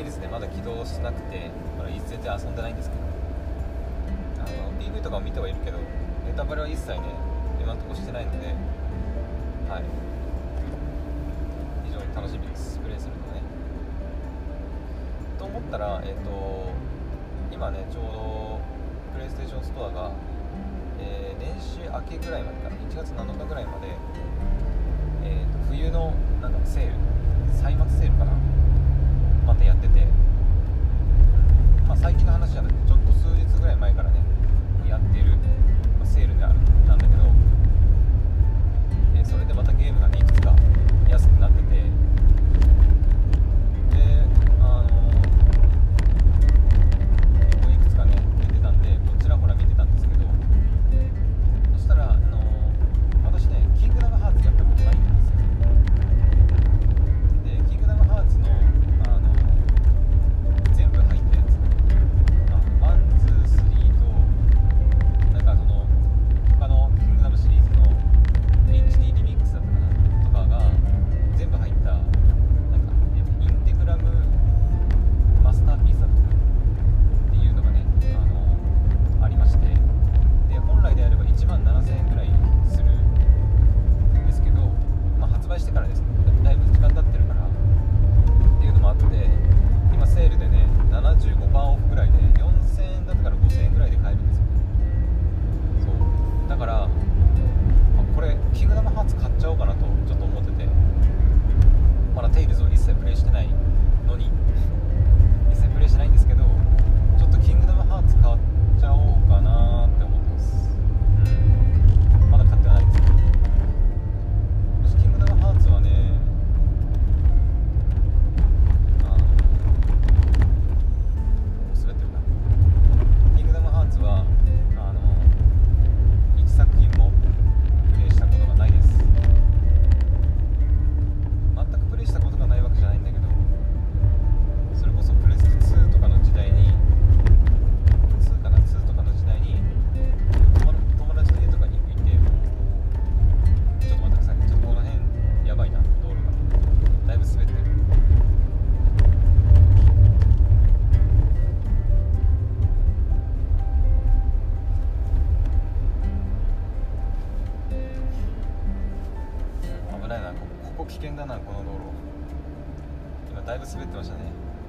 テイルズでまだ起動しなくてまだ全然遊んでないんですけど、PV とかも見てはいるけどネタバレは一切ね今のところしてないので、はい、非常に楽しみです、プレイするのね。と思ったら、今ねちょうどプレイステーションストアが、年始明けぐらいまでかな、1月7日ぐらいまで、冬のなんかセール、歳末セールかな、またやってて、最近の話じゃなくてちょっと数日ぐらい前からねやってる、セールなんだけど、それでまたゲームがねいくつか安くなってて、で結構いくつかね出てたんでちらほら見てたんですけど、そしたら私ねキングダムハーツやったことないんですよ。でキングダムハーツの全部入ったやつ、ワン、ツー、スリーとなんかその他のキングダムシリーズの HD リミックスだったかなとかが全部入ったなんかインテグラムマスターピースだったかなっていうのがねありまして、で本来であれば17,000円ぐらいするんですけど、発売してからですねだいぶ時間経ってるからっていうのもあって、今セールでね 75% オフぐらいで4,000円だったから5,000円ぐらいで買えるんですよね。そうだからこれキングダムハーツ買っちゃおうかなとちょっと思ってて、まだテイルズを一切プレイしてないのに一切プレイしてないんですけど、ちょっとキングダムハーツ買っちゃおうかなって思ってます。まだ買ってはないんですけど、私キングダムハーツはね滑ってるな。キングダムハーツは1作品もプレイしたことがないです。全くプレイしたことがないわけじゃないんだけど、それこそプレステ2とかの時代に2かな2とかの時代に友達の家とかに行って、ちょっと待ってくださいね、ちょっとこの辺やばいな、道路がだいぶ滑ってる。危ないな、ここ危険だな、この道路今だいぶ滑ってましたね。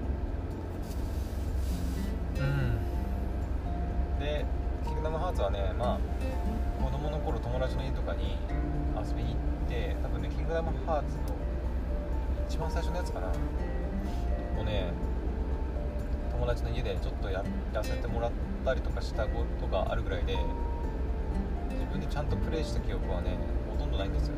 でキングダムハーツはね、子供の頃友達の家とかに遊びに行って、多分ねキングダムハーツの一番最初のやつかなをね友達の家でちょっとやらせてもらったりとかしたことがあるぐらいで、自分でちゃんとプレイした記憶はねほとんどないんですよね。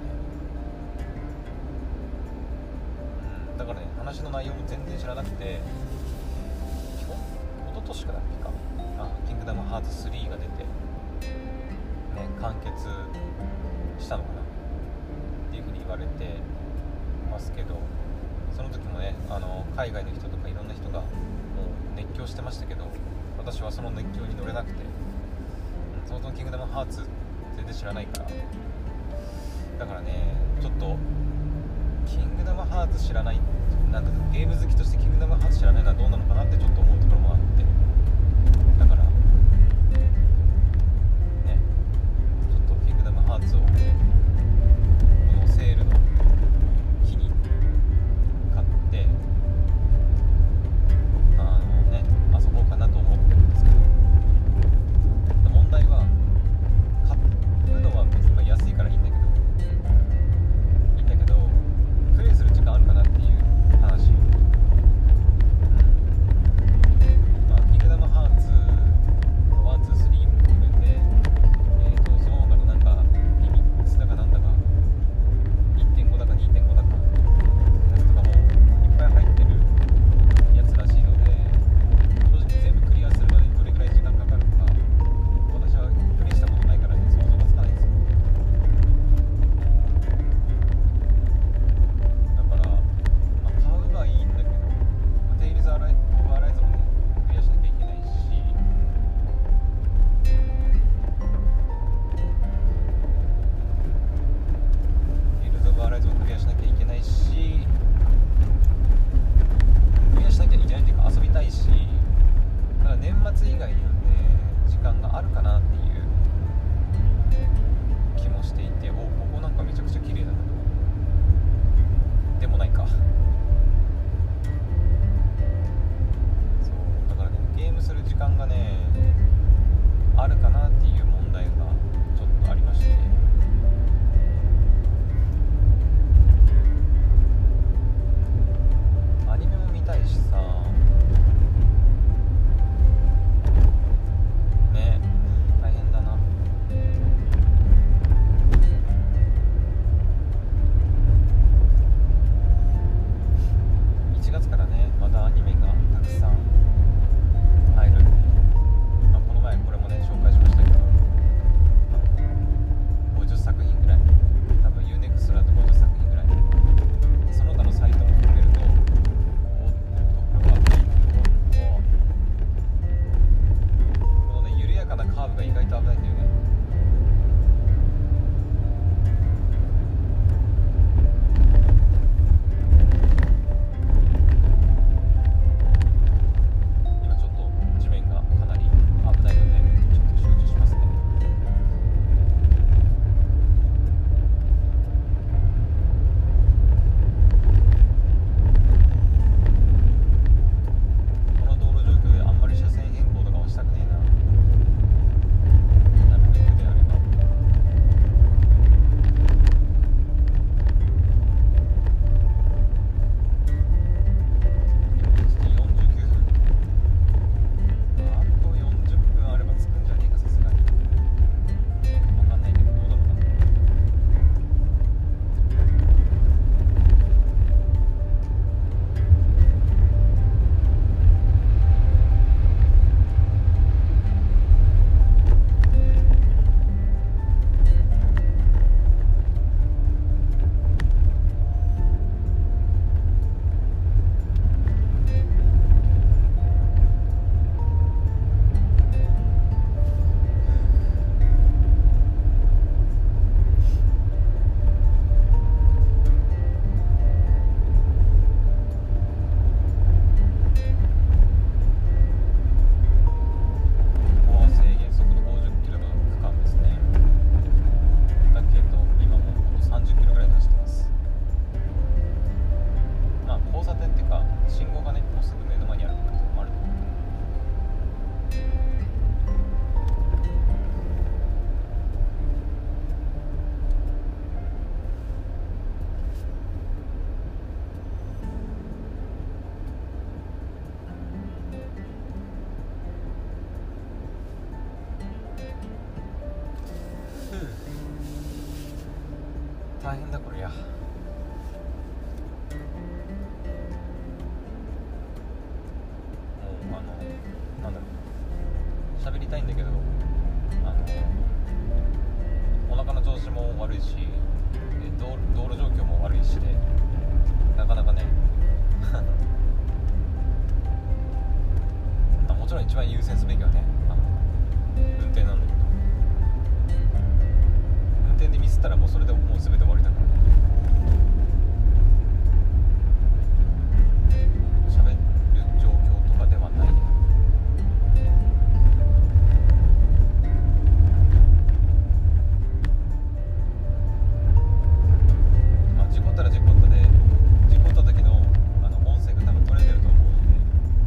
だからね話の内容も全然知らなくて、一昨年かだっけか、キングダムハーツ3が出て、ね、完結したのかなっていう風に言われてますけど、その時もね海外の人とかいろんな人がもう熱狂してましたけど、私はその熱狂に乗れなくて、そもそもキングダムハーツ全然知らないから、だからねちょっとキングダムハーツ知らない、なんかゲーム好きとしてキングダムハーツ知らないのはどうなのかなってちょっと思うところもあって、だからねちょっとキングダムハーツをこのセールの日に買って遊ぼうかなと思ってるんですけど、問題は買うのは別に安いからいいんだけどプレイする時間あるかなっていう話。 大変だこれや。なんだろう、喋りたいんだけど、お腹の調子も悪いし、道路状況も悪いしで、なかなかねもちろん一番優先すべきはね、運転なんだけど、運転でミスったらもうそれでもう全て終わりだからね。喋る状況とかではないね。事故ったら事故ったで、事故った時の音声が多分取れてると思うので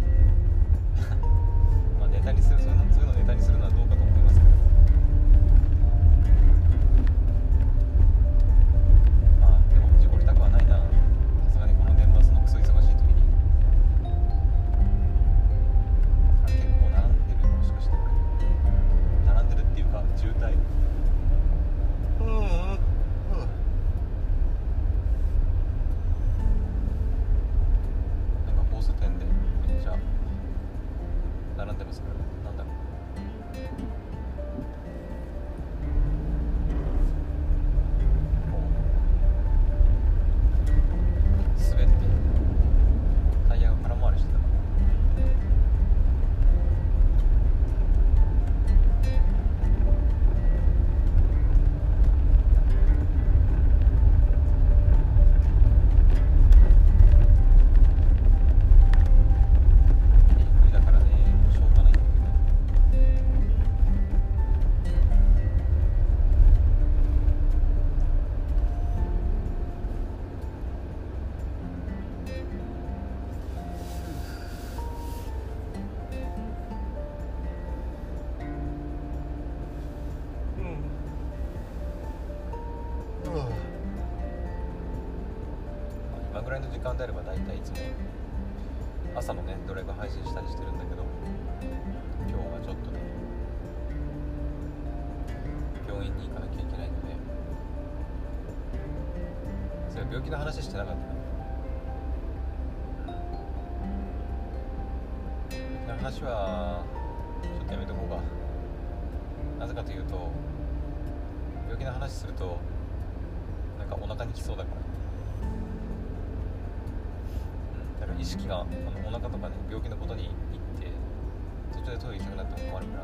まあネタにする、そういうのネタにするのはどうかと思いますけど、まあでも事故りたくはないな。さすがにこの年末のクソ忙しい時に。結構並んでる、もしかしてこれ並んでるっていうか渋滞。なんか交差点でめっちゃ並んでますからね。なんだろう、滑ってタイヤが空回りしてたから。ゆっくりだからね、しょうがないんだけど。今ぐらいの時間であれば大体いつも朝のねドライブ配信したりしてるんだけど、今日はちょっとね病院に行かなきゃいけないので、それ病気の話してなかったな。病気の話はちょっとやめとこうか。なぜかというと、病気の話するとなんかお腹にきそうだから。だから意識がお腹とかね病気のことに行って途中でトイレ行きたくなっても困るから、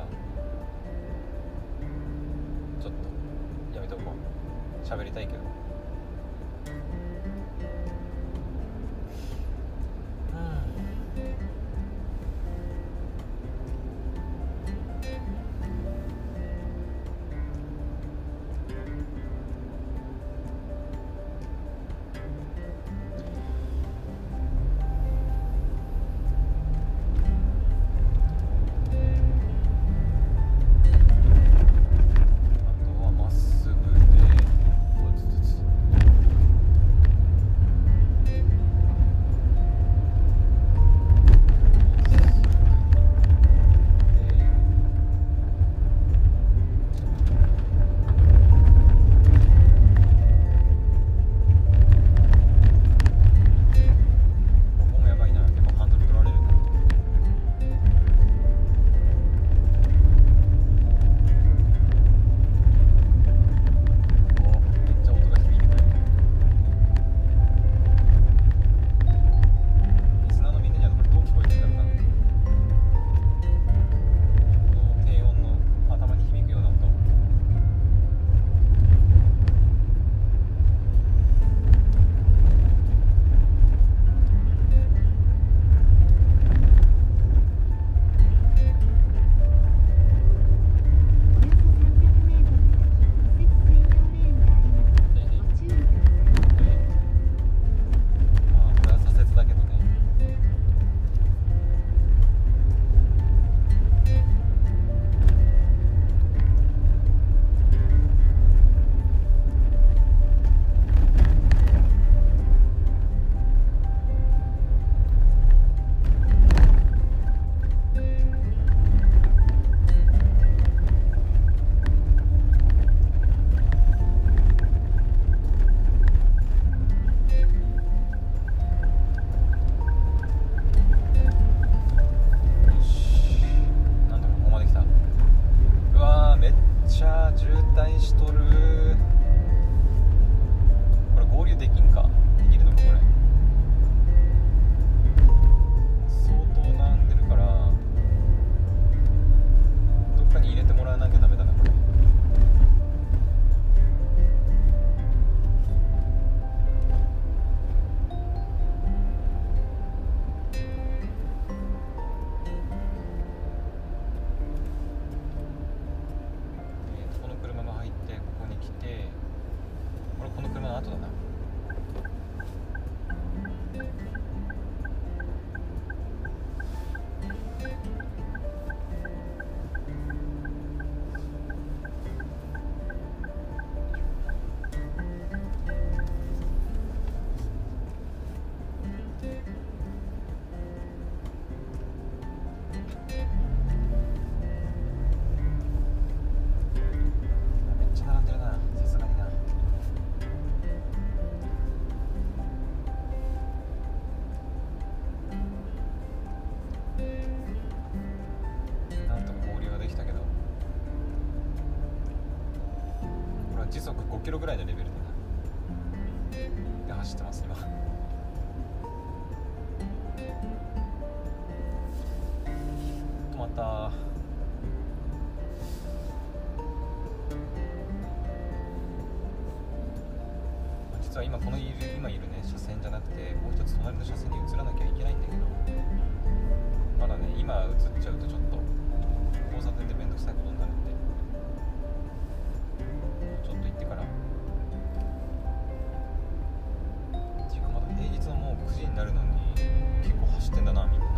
ちょっとやめとこう。喋りたいけど。あとはまっすぐで後だな。時速5キロぐらいのレベルで走ってます今。止まった。実は今いるね車線じゃなくてもう一つ隣の車線に移らなきゃいけないんだけど、まだね今移っちゃうとちょっと交差点でめんどくさいことになるんで、ちょっと行ってから。っていうかまだ平日のもう9時になるのに結構走ってんだなみんな。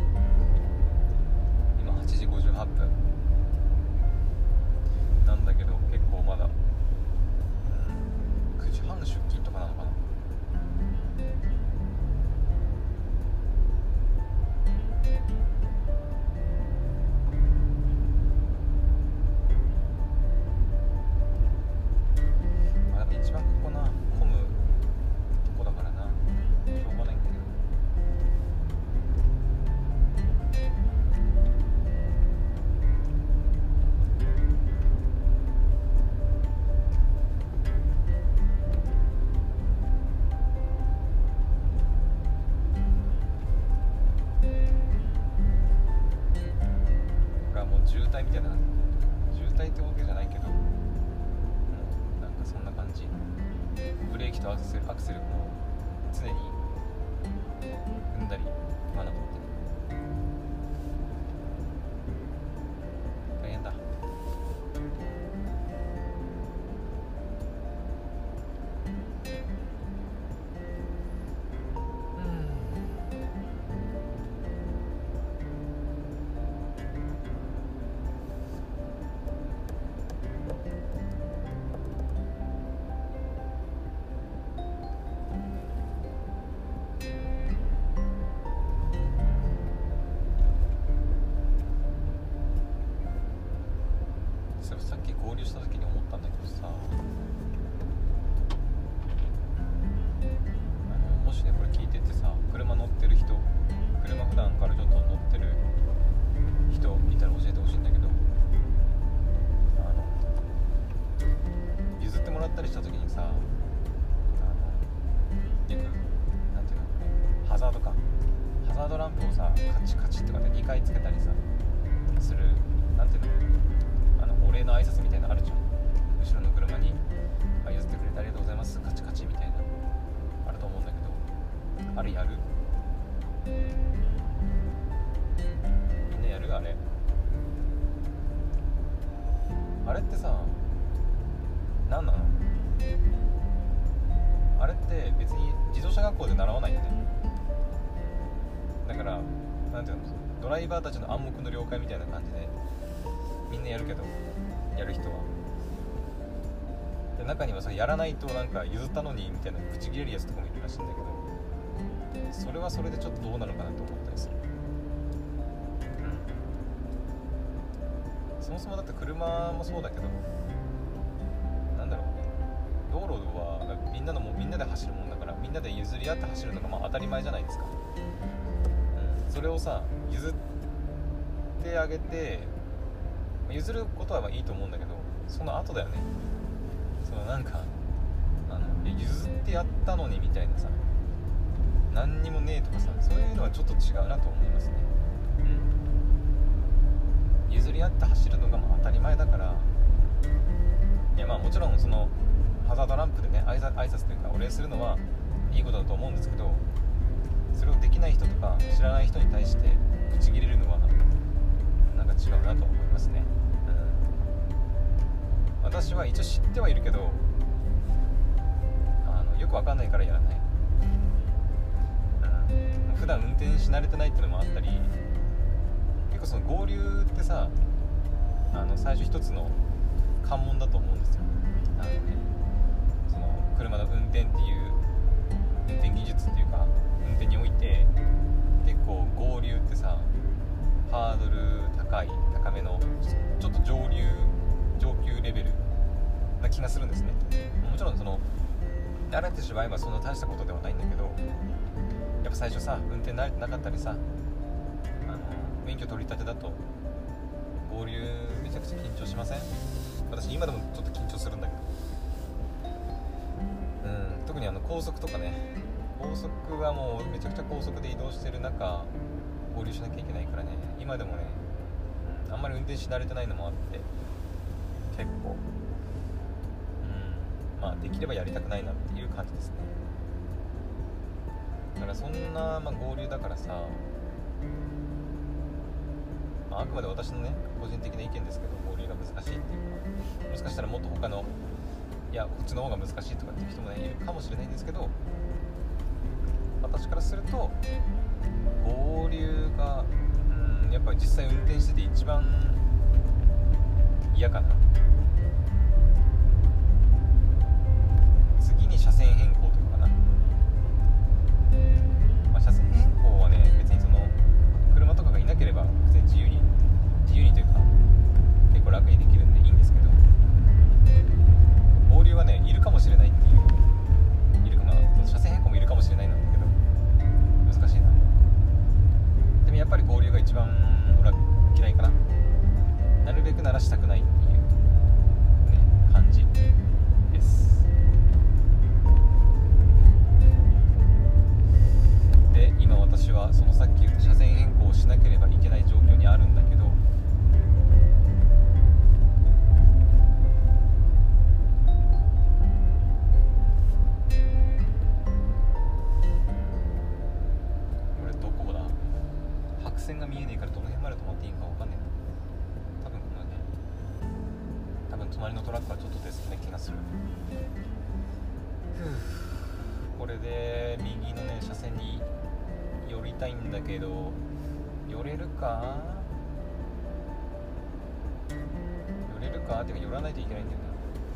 今8時58分なんだけど結構まだ9時半出勤とかなのかな。一番ここな混むとこだからな、しょうがないんだけど。がもう渋滞みたいな、渋滞ってわけじゃないけど、なんかそんな感じ。ブレーキとアクセルも常に踏んだりまだ乗ってる。大変だ。さっき合流した時に思ったんだけどさ、もしねこれ聞いててさ、車乗ってる人、車普段からちょっと乗ってる人いたら教えてほしいんだけど、譲ってもらったりした時にさ、よくなんていうの、ハザードランプをさカチカチってかで2回つけたりさする、なんていうの、お礼の挨拶みたいなのあるじゃん。後ろの車に譲ってくれてありがとうございますカチカチみたいなあると思うんだけど、あれやる？みんなやる？あれってさ何なの？あれって別に自動車学校で習わないよね。だからなんていうの、ドライバーたちの暗黙の了解みたいな感じでみんなやるけど、やる人はで、中にはそれやらないとなんか譲ったのにみたいな口切れるやつとかもいるらしいんだけど、それはそれでちょっとどうなのかなと思ったりする。そもそもだって車もそうだけど、なんだろうね、道路はみんなで走るもんだから、みんなで譲り合って走るのがまあ当たり前じゃないですか。それをさ譲ってあげて、譲ることはまあいいと思うんだけど、その後だよね。そのなんか譲ってやったのにみたいなさ、何にもねえとかさ、そういうのはちょっと違うなと思いますね。譲り合って走るのがまあ当たり前だから、いやまあもちろんそのハザードランプでね挨拶というかお礼するのはいいことだと思うんですけど、それをできない人とか知らない人に対して口切れるのはなんか違うなと思いますね。私は一応知ってはいるけど、 く分かんないからやらない、普段運転し慣れてないっていうのもあったり、結構その合流ってさ、最初一つの関門だと思うんですよ。その車の運転っていう運転技術っていうか運転において結構合流ってさ、ハードル高めのちょっと上級レベルな気がするんですね。もちろんその慣れてしまえばそんな大したことではないんだけど、やっぱ最初さ運転慣れてなかったりさ、免許取り立てだと合流めちゃくちゃ緊張しません？私今でもちょっと緊張するんだけど、特に高速とかね、高速はもうめちゃくちゃ高速で移動してる中合流しなきゃいけないからね、今でもね、あんまり運転し慣れてないのもあって結構できればやりたくないなっていう感じですね。だからそんな、合流だからさ、あくまで私のね個人的な意見ですけど、合流が難しいっていうか、もしかしたらもっと他のいやこっちの方が難しいとかっていう人もねいるかもしれないんですけど、私からすると合流がやっぱり実際運転してて一番嫌かな。次に車線変更とかかな。車線変更はね別にその車とかがいなければ別に自由にというか結構楽にできるんでいいんですけど、合流はねいるかもしれないっていう車線変更もいるかもしれないなんだけど難しいな。でもやっぱり合流が一番俺は嫌いかな。なるべく鳴らしたくないっていう、感じです。で今私はそのさっき言った車線変更をしなければいけない状況にあるんだけど、これどこだ？白線が見えねえからどの辺まで止まっていいか分かんねえな。多分隣のトラックはちょっと出過ぎな気がする。これで右のね車線に寄りたいんだけど寄れるかっていうか寄らないといけないんだよ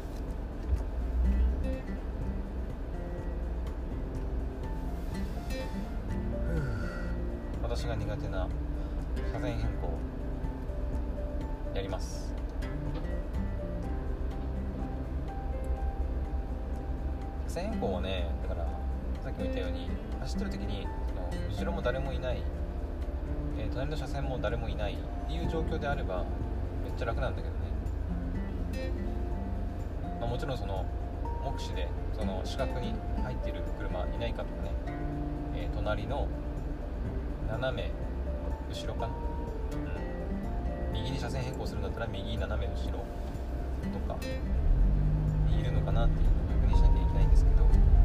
な。私が苦手な車線変更やります。車線変更はね、だからさっきも言ったように走ってる時に後ろも誰もいない、隣の車線も誰もいないっていう状況であればめっちゃ楽なんだけどね。もちろんその目視でその死角に入っている車いないかとかね、隣の斜め後ろかな、右に車線変更するんだったら右斜め後ろとかにいるのかなっていうのを確認しなきゃいけないんですけど、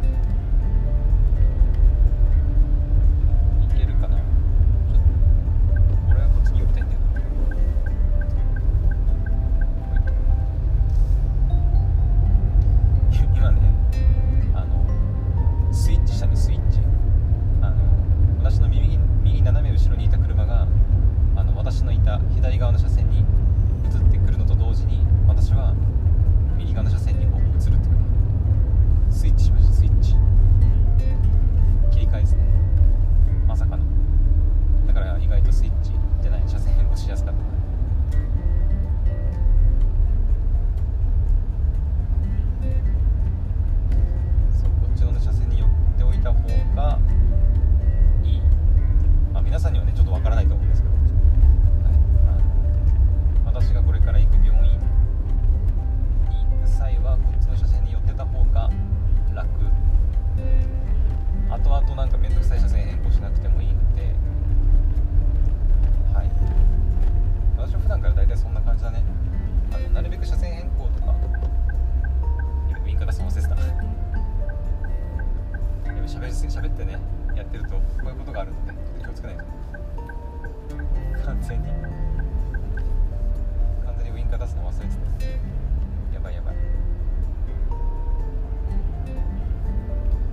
いけるかな。俺はこっちに寄りたいんだよ。今ねスイッチしたね。スイッチ私の右斜め後ろにいた車が私のいた左側の車線に移ってくるのと同時に私は右側の車線にこう移るっていうか、スイッチしました。スイッチ切り替えですね。まさかの。だから意外とスイッチじゃない車線変更しやすかったな。そう、こっちの車線に寄っておいた方がいい。皆さんにはねちょっとわからないと思うんですけど、私がこれから行く病院に行く際はこっちの車線に寄ってた方が楽。後々なんかめんどくさい車線変更しなくてもいいので、はい、私は普段から大体そんな感じだね。なるべく車線変更とかウインカーが済ませてた喋ってねやってるとこういうことがあるので気をつけないと。完全にウインカー出すの忘れてた。やばい。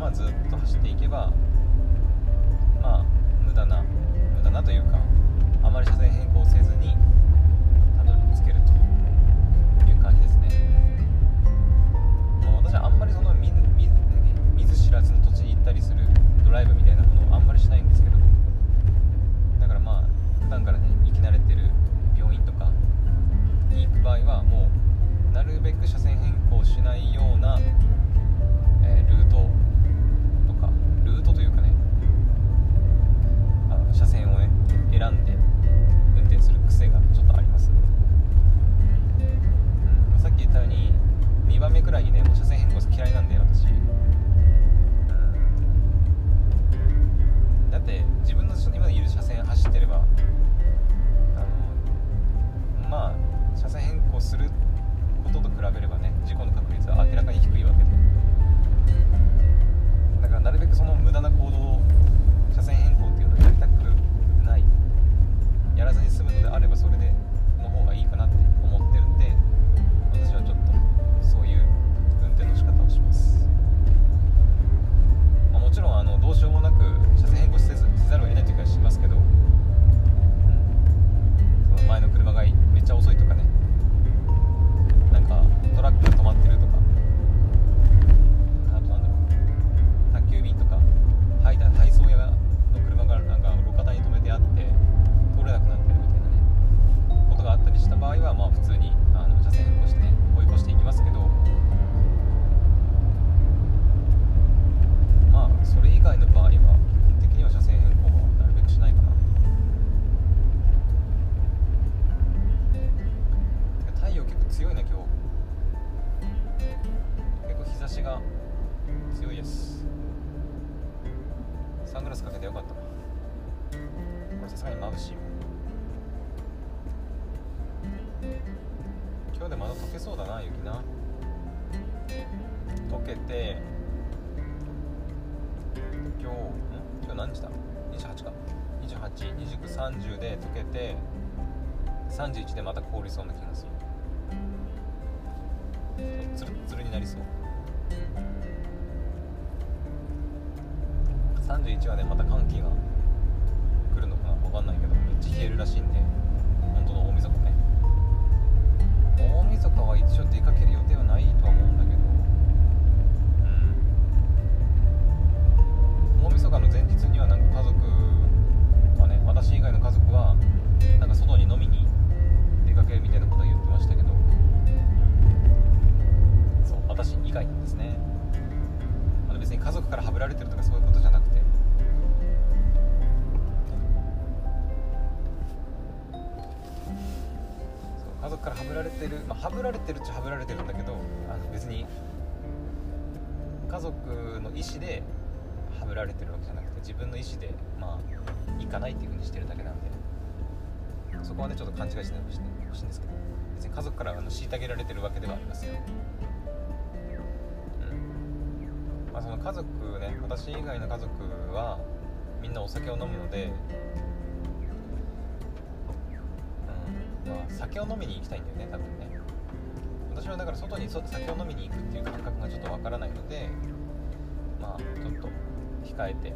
まずっと走っていけば、まあ無駄なというか、あまり車線変更せずにたどり着けるという感じですね。私はあんまりその見ず知らずの土地に行ったりするドライブみたいなものをあんまりしないんですけど、だからまあ普段からね行き慣れてる病院とかに行く場合はもうなるべく車線変更しないような、ルートというかね、車線をね選んで運転する癖がちょっとありますね。さっき言ったように2番目くらいにねもう車線変更嫌いなんで私、だって自分の今いる車線走ってればまあ車線変更することと比べればね事故の確率は明らかに低いわけで、だからなるべくその無駄な行動を車線変更っていうのをやりたくない、やらずに済むのであればそれでの方がいいかなって思ってるんで、私はちょっとそういう運転の仕方をします。もちろんどうしようもなく車線変更せざるを得ないというかしますけど、その前の車がめっちゃ遅いとかね、なんかトラックが止まってるとか、あとなんだろう、宅急便とか配送屋の車がなんか路肩に止めてあって通れなくなってるみたいなねことがあったりした場合は、まあ普通に車線変更してね追い越していきますけど、まあそれ以外の場合は基本的には車線変更はなるべくしないかな。太陽結構強いな今日。結構日差しが強いです。サングラスかけてよかったな。これさすがに眩しいもん。今日でまだ溶けそうだな、雪な。溶けて今日何日だ、28か、28、29、30で溶けて31でまた凍りそうな気がする。ツルツルになりそう。31はねまた寒気が来るのかな、分かんないけどめっちゃ冷えるらしいんで、本当の大晦日ね、大晦日は一応出かける予定はないとは思うんだけど、大晦日の前日にはなんか家族はね、私以外の家族はなんか外に飲みに出かけるみたいなことを言ってましたけど、そう私以外ですね。別に家族からはぶられてるとかそういうことじゃなくて、そう家族からはぶられてる、はぶられてるっちゃはぶられてるんだけど、別に家族の意思ではぶられてるわけじゃなくて、自分の意思で行かないっていう風にしてるだけなんで、そこはねちょっと勘違いしないでほしいんですけど、別に家族から虐げられてるわけではありますよ。その家族ね、私以外の家族はみんなお酒を飲むので、酒を飲みに行きたいんだよね多分ね。私はだから外に酒を飲みに行くっていう感覚がちょっとわからないので、ちょっと控えて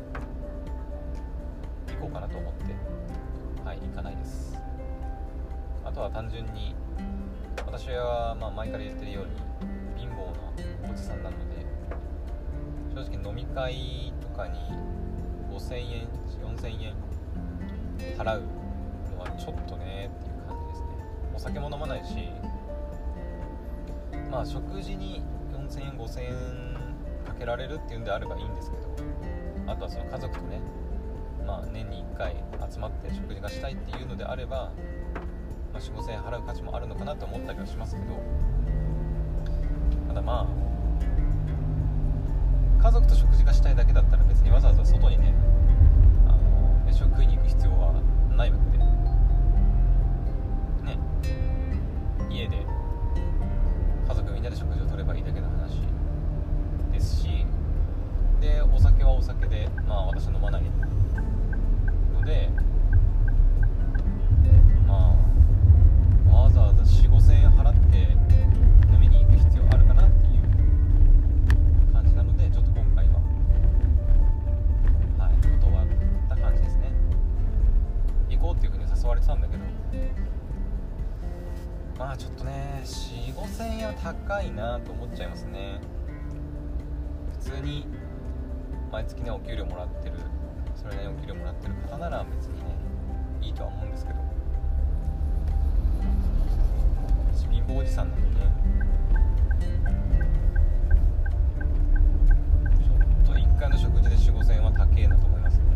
行こうかなと思って、行かないです。あとは単純に私は前から言ってるように貧乏なおじさんなので、正直飲み会とかに5000円、4000円払うのはちょっとねっていう感じですね。お酒も飲まないし、食事に4000円、5000円かけられるっていうんであればいいんですけど、あとはその家族とね、年に1回集まって食事がしたいっていうのであれば、4、5000円払う価値もあるのかなと思ったりはしますけど、ただ家族と食事がしたいだけだったら別にわざわざ外にね飯を食いに行く必要はないわけでね、家で家族みんなで食事をとればいいだけの話ですし、でお酒はお酒で私は飲まないので、わざわざ 4,5,000 円払って飲みに行く必要あるかなっていう感じなので、ちょっと今回はに毎月ねお給料もらってる、それなりにお給料もらってる方なら別にねいいとは思うんですけど、私貧乏おじさんなんでね、ちょっと1回の食事で 4,5,000 円は高えなと思いますね。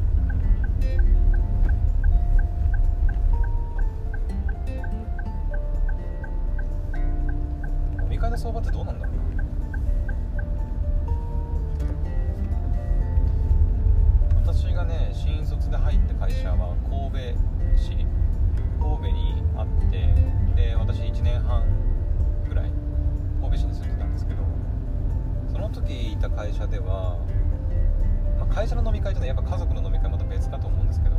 飲み会の相場ってどうなんだろうな。私がね新卒で入った会社は神戸にあって、で私1年半ぐらい神戸市に住んでたんですけど、その時いた会社では、会社の飲み会とねやっぱ家族の飲み会また別かと思うんですけど、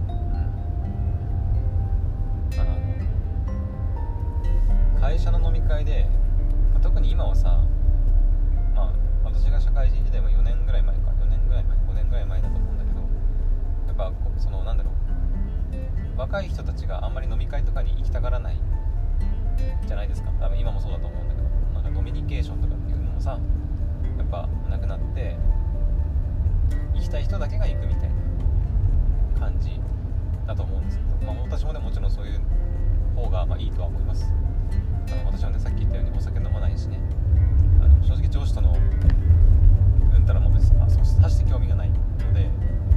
会社の飲み会で、特に今はさ、私が社会人時代も4年ぐらい前か、5年ぐらい前だと思うんだけど、やっぱその若い人たちがあんまり飲み会とかに行きたがらないじゃないですか。多分今もそうだと思うんだけど、ノミニケーションとかっていうのもさ、やっぱなくなって行きたい人だけが行くみたいな感じだと思うんですけど、私もねもちろんそういう方がいいとは思います。私はねさっき言ったようにお酒飲まないしね、正直上司とのうんたらも別にさして興味がないので、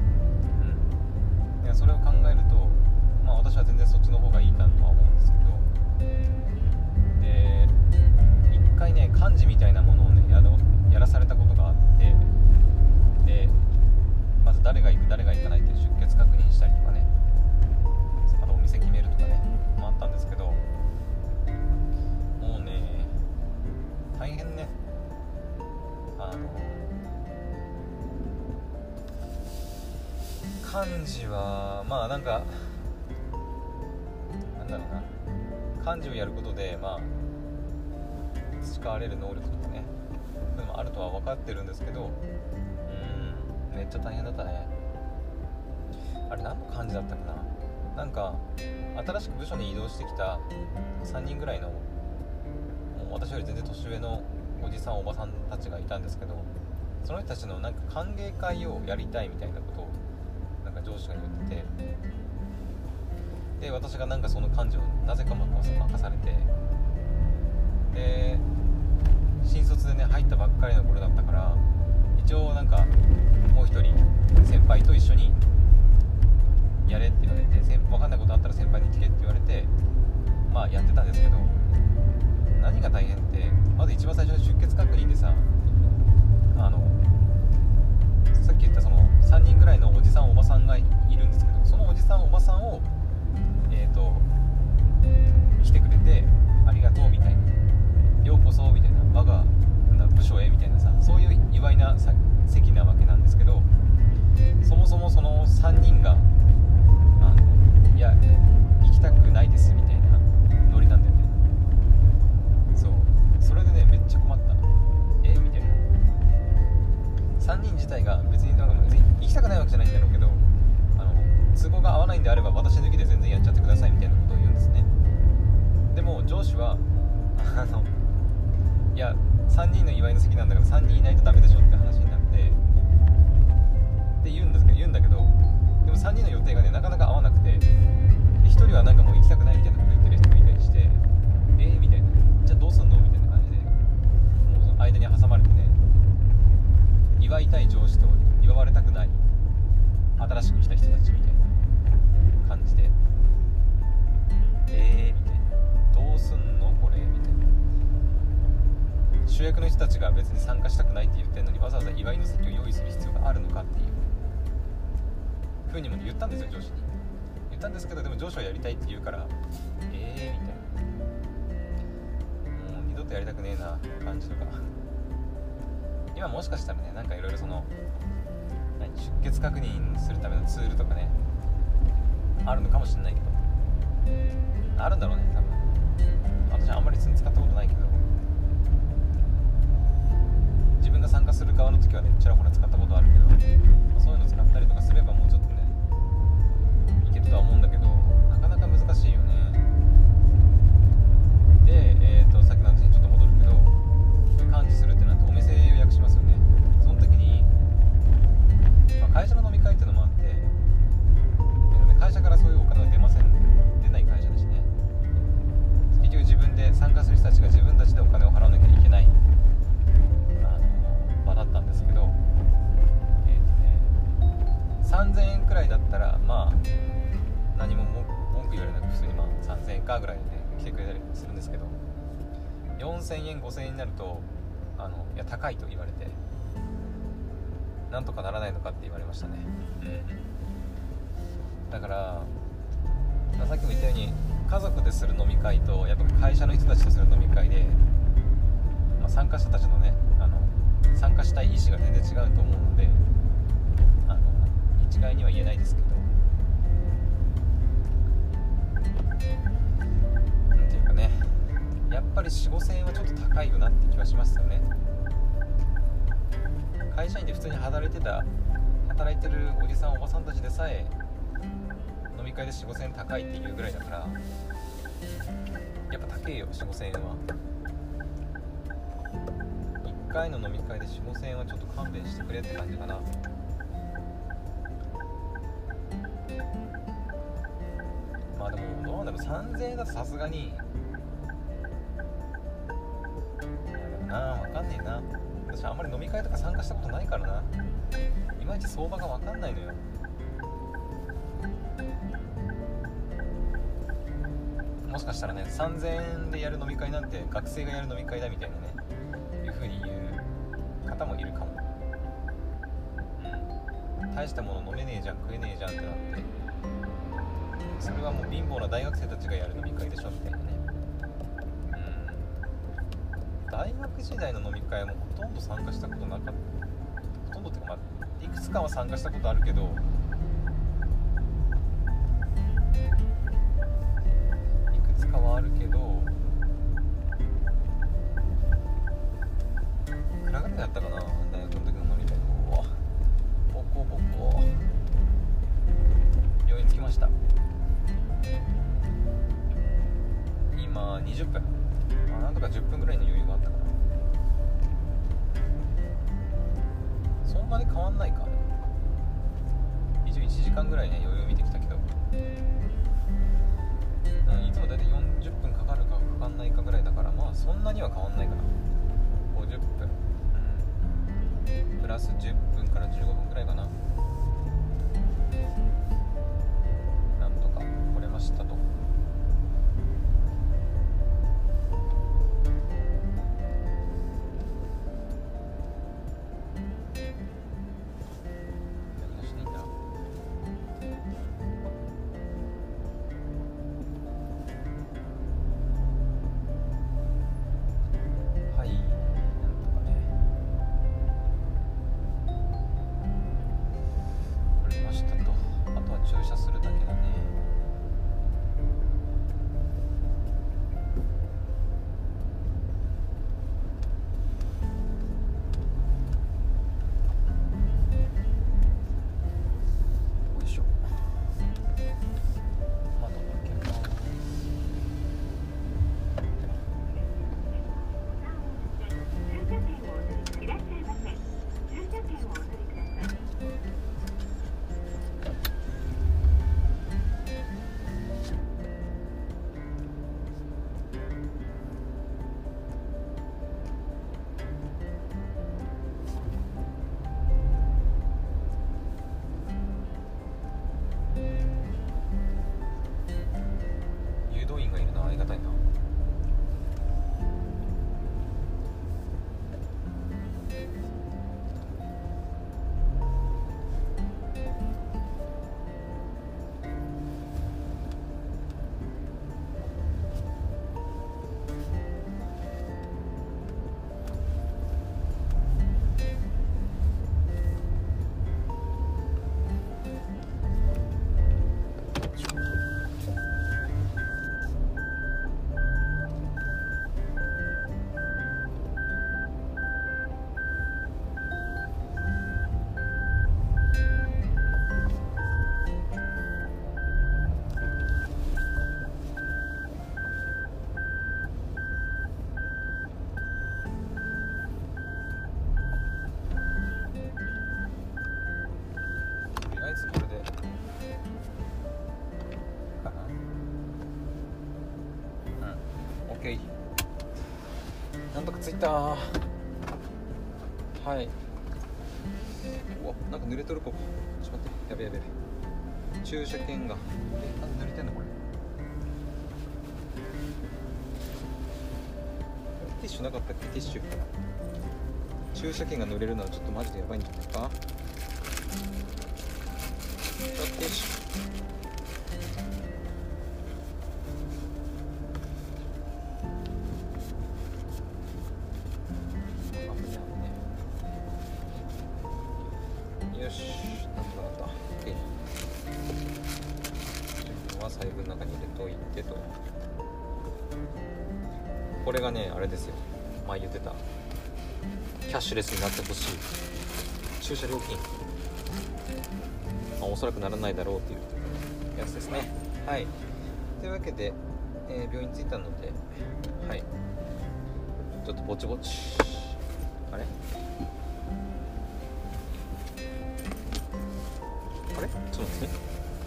それを考えると、私は全然そっちの方がいいなとは思うんですけど、で一回ね幹事みたいなものをねやらされたことがあって、でまず誰が行く誰が行かないって出欠確認したりとかね、あとお店決めるとかねあったんですけど、もうね大変ね、幹事はなんだろうな、幹事をやることで培われる能力とかねそういうのもあるとは分かってるんですけど、めっちゃ大変だったね。あれ何の幹事だったかな、新しく部署に移動してきた3人ぐらいの私より全然年上のおじさんおばさんたちがいたんですけど、その人たちの歓迎会をやりたいみたいなことを上司が言ってて、で私がその幹事をなぜか任されて、で新卒でね入ったばっかりの頃だったから、一応もう一人先輩と一緒にやれって言われて、分かんないことあったら先輩に聞けって言われてやってたんですけど、何が大変ってまず一番最初に出欠確認でさ、さっき言ったその3人ぐらいのおじさんおばさんがいるんですけど、そのおじさんおばさんを来てくれてありがとうみたいな、ようこそみたいな、我が部署へみたいなさ、そういう祝いな席なわけなんですけど、そもそもその3人がいや行きたくないですみたいなノリなんだよね。それでねめっちゃ困った。みたいな、3人自体が別に行きたくないわけじゃないんだろうけど、都合が合わないんであれば私抜きで全然やっちゃってくださいみたいなことを言うんですね。でも上司はいや3人の祝いの席なんだから3人いないとダメでしょって話になってって言うんだけど、でも3人の予定がねなかなか合わなくて、1人はもう行きたくないみたいなこと言ってる人もいたりして、みたいな、じゃあどうすんのみたいな感じで、もうその間に挟まれてね、祝いたい上司と祝われたくない新しく来た人たちみたいな感じで、みたいな、どうすんのこれみたいな、主役の人たちが別に参加したくないって言ってるのにわざわざ祝いの席を用意する必要があるのかっていう風にも言ったんですよ、上司に。言ったんですけど、でも上司はやりたいって言うから、みたいな、もう二度とやりたくねえな感じとか。今もしかしたらねいろいろその出欠確認するためのツールとかねあるのかもしれないけど、あるんだろうね多分。私あんまり使ったことないけど、自分が参加する側の時はねちらほら使ったことあるけど、そういうの使ったりとかすればもうちょっとねいけるとは思うんだけど、なかなか難しいよね。で、さっきの話にちょっと戻るけど、幹事するってなってお店予約しますよね。そ 4000円5000円になるといや高いと言われて、なんとかならないのかって言われましたね。だからさっきも言ったように家族でする飲み会とやっぱ会社の人たちとする飲み会で、参加者たちのね参加したい意思が全然違うと思うので一概には言えないですけど、なんていうかね、やっぱり 4,5,000 円はちょっと高いよなって気はしますよね。会社員で普通に働いてるおじさんおばさんたちでさえ飲み会で 4,5,000 円高いっていうぐらいだから、やっぱ高いよ 4,5,000 円は。1回の飲み会で 4,5,000 円はちょっと勘弁してくれって感じかな。まあでもどうなんだろう、3,000円だとさすがに、いやでもな分かんねえな、私あんまり飲み会とか参加したことないからな、いまいち相場が分かんないのよ。もしかしたらね、3,000円でやる飲み会なんて学生がやる飲み会だみたいなね、いう風に言う方もいるかも。大したもの飲めねえじゃん食えねえじゃんってなって、それはもう貧乏な大学生たちがやる飲み会でしょみたいなね。大学時代の飲み会もほとんど参加したことなかった。ほとんどっていうか、いくつかは参加したことあるけど、いくらぐらいだったかな、大学の時の飲み会。ボコボコ病院着きました。今20分、なんとか10分ぐらいの余裕があったかな。そんなに変わんないか。一応1時間ぐらいね余裕見てきたけど、いつもだいたい40分かかるかかかんないかぐらいだから、そんなには変わんないかな。50分、プラス10分から15分ぐらいかな。なんとか来れましたと。何がしていいんだ。はい、なんとかね来れましたと。あとは駐車するだけだね。よいしょ。窓開けます。誘導員がいるのはありがたいな。とりあえずこれでかな。OK、 なんとか着いた。はい。うわ、なんか濡れとる。ここちょっと待って、やべやべ。駐車券がなんで濡れてんのこれ。よィッシュなかったっけ？ティッシュ駐車券が乗れるのはちょっとマジでやばいんじゃないか。ティッシュよし、なんとかなった。 OK。 は財布の中に入れといてと。これがねあれですよ、前言ってたキャッシュレスになってほしい駐車料金、おそらくならないだろうっていうやつですね。はい、というわけで、病院着いたので、はい、ちょっとぼちぼち、あれちょっと待ってね、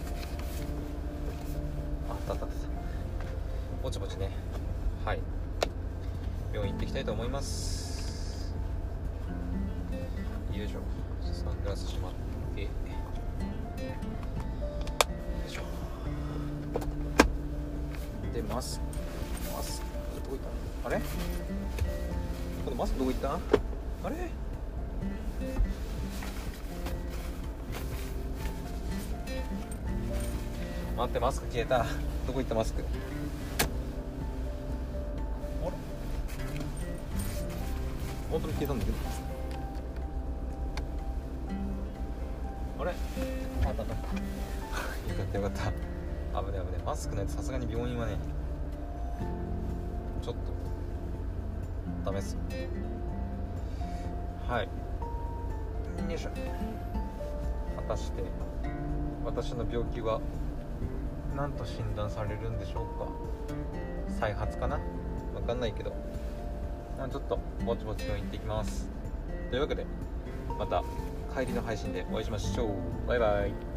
あったぼちぼちね、はい、病院行ってきたいと思います。よいしょ、サングラスしまって、よいしょ。でマスクどこ行った？あれ？このマスクどこ行った？あれ？待って、マスク消えた。どこ行ったマスク？あれ？本当に消えたんだけど。あれ？あった。よかった危ね。マスクないとさすがに病院はねちょっとダメっす。はい、よいしょ。果たして私の病気は何と診断されるんでしょうか。再発かな、分かんないけど、ちょっとぼちぼち病院行ってきます。というわけでまた帰りの配信でお会いしましょう。バイバイ。